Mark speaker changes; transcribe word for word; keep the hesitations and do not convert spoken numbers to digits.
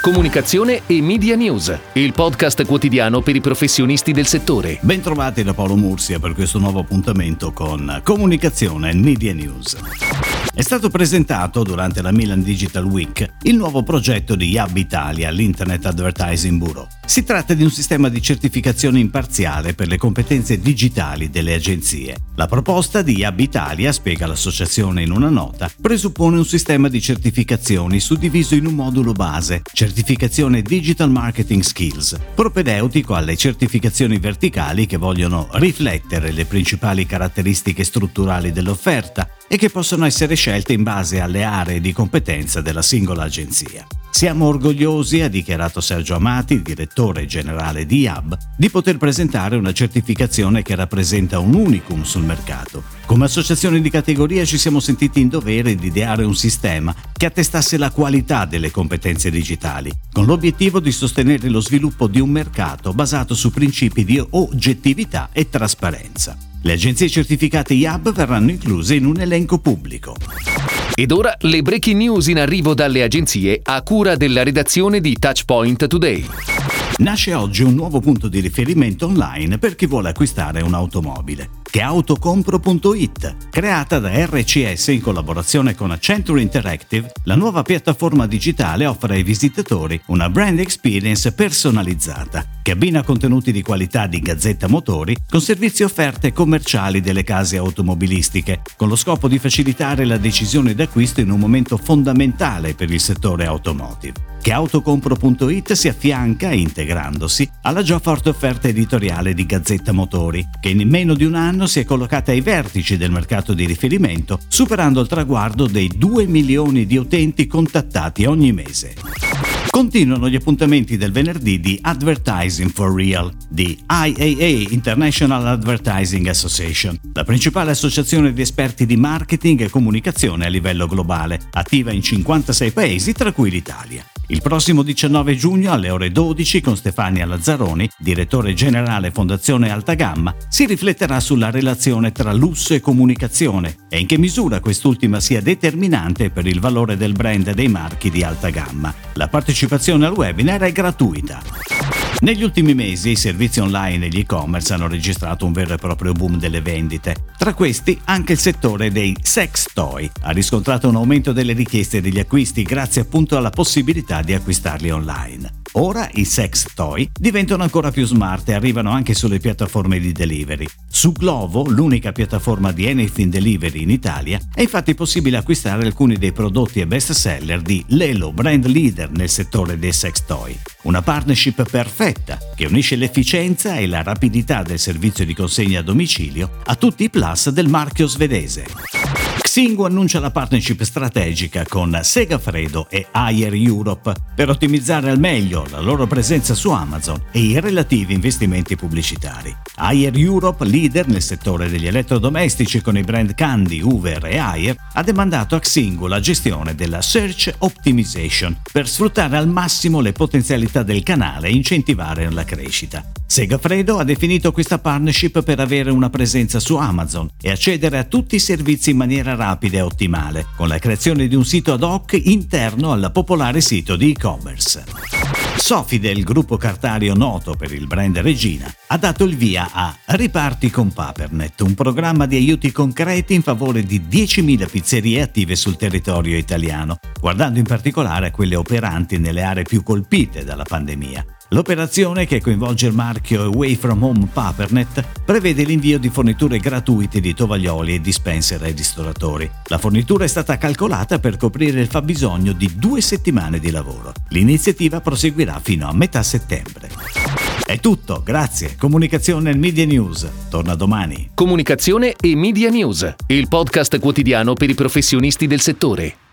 Speaker 1: Comunicazione e Media News, il podcast quotidiano per i professionisti del settore.
Speaker 2: Bentrovati da Paolo Mursia per questo nuovo appuntamento con Comunicazione e Media News. È stato presentato durante la Milan Digital Week il nuovo progetto di Hub Italia, l'Internet Advertising Bureau. Si tratta di un sistema di certificazione imparziale per le competenze digitali delle agenzie. La proposta di Hub Italia, spiega l'associazione in una nota, presuppone un sistema di certificazioni suddiviso in un modulo base, certificazione Digital Marketing Skills, propedeutico alle certificazioni verticali che vogliono riflettere le principali caratteristiche strutturali dell'offerta e che possono essere scelte in base alle aree di competenza della singola agenzia. Siamo orgogliosi, ha dichiarato Sergio Amati, direttore generale di Hub, di poter presentare una certificazione che rappresenta un unicum sul mercato. Come associazione di categoria ci siamo sentiti in dovere di ideare un sistema che attestasse la qualità delle competenze digitali, con l'obiettivo di sostenere lo sviluppo di un mercato basato su principi di oggettività e trasparenza. Le agenzie certificate Hub verranno incluse in un elenco pubblico.
Speaker 1: Ed ora le breaking news in arrivo dalle agenzie a cura della redazione di Touchpoint Today.
Speaker 2: Nasce oggi un nuovo punto di riferimento online per chi vuole acquistare un'automobile, che è autocompro punto it. Creata da R C S in collaborazione con Accenture Interactive, la nuova piattaforma digitale offre ai visitatori una brand experience personalizzata, che abbina contenuti di qualità di Gazzetta Motori con servizi e offerte commerciali delle case automobilistiche, con lo scopo di facilitare la decisione d'acquisto in un momento fondamentale per il settore automotive. Che autocompro punto it si affianca, integrandosi, alla già forte offerta editoriale di Gazzetta Motori, che in meno di un anno si è collocata ai vertici del mercato di riferimento, superando il traguardo dei due milioni di utenti contattati ogni mese. Continuano gli appuntamenti del venerdì di Advertising for Real di I A A International Advertising Association, la principale associazione di esperti di marketing e comunicazione a livello globale, attiva in cinquantasei paesi tra cui l'Italia. Il prossimo diciannove giugno alle ore dodici con Stefania Lazzaroni, direttore generale Fondazione Alta Gamma, si rifletterà sulla relazione tra lusso e comunicazione e in che misura quest'ultima sia determinante per il valore del brand e dei marchi di alta gamma. La partecipazione al webinar è gratuita. Negli ultimi mesi i servizi online e gli e-commerce hanno registrato un vero e proprio boom delle vendite. Tra questi anche il settore dei sex toy ha riscontrato un aumento delle richieste degli acquisti grazie appunto alla possibilità di acquistarli online. Ora i sex toy diventano ancora più smart e arrivano anche sulle piattaforme di delivery. Su Glovo, l'unica piattaforma di anything delivery in Italia, è infatti possibile acquistare alcuni dei prodotti e best seller di Lelo, brand leader nel settore dei sex toy. Una partnership perfetta che unisce l'efficienza e la rapidità del servizio di consegna a domicilio a tutti i plus del marchio svedese. Xingu annuncia la partnership strategica con Segafredo e Haier Europe per ottimizzare al meglio la loro presenza su Amazon e i relativi investimenti pubblicitari. Haier Europe, leader nel settore degli elettrodomestici con i brand Candy, Hoover e Haier, ha demandato a Xingu la gestione della Search Optimization per sfruttare al massimo le potenzialità del canale e incentivare la crescita. Segafredo ha definito questa partnership per avere una presenza su Amazon e accedere a tutti i servizi in maniera rapida e ottimale, con la creazione di un sito ad hoc interno al popolare sito di e-commerce. Sofide, il gruppo cartario noto per il brand Regina, ha dato il via a Riparti con Papernet, un programma di aiuti concreti in favore di diecimila pizzerie attive sul territorio italiano, guardando in particolare a quelle operanti nelle aree più colpite dalla pandemia. L'operazione, che coinvolge il marchio Away From Home Papernet, prevede l'invio di forniture gratuite di tovaglioli e dispenser ai ristoratori. La fornitura è stata calcolata per coprire il fabbisogno di due settimane di lavoro. L'iniziativa proseguirà fino a metà settembre. È tutto, grazie. Comunicazione e Media News torna domani.
Speaker 1: Comunicazione e Media News, il podcast quotidiano per i professionisti del settore.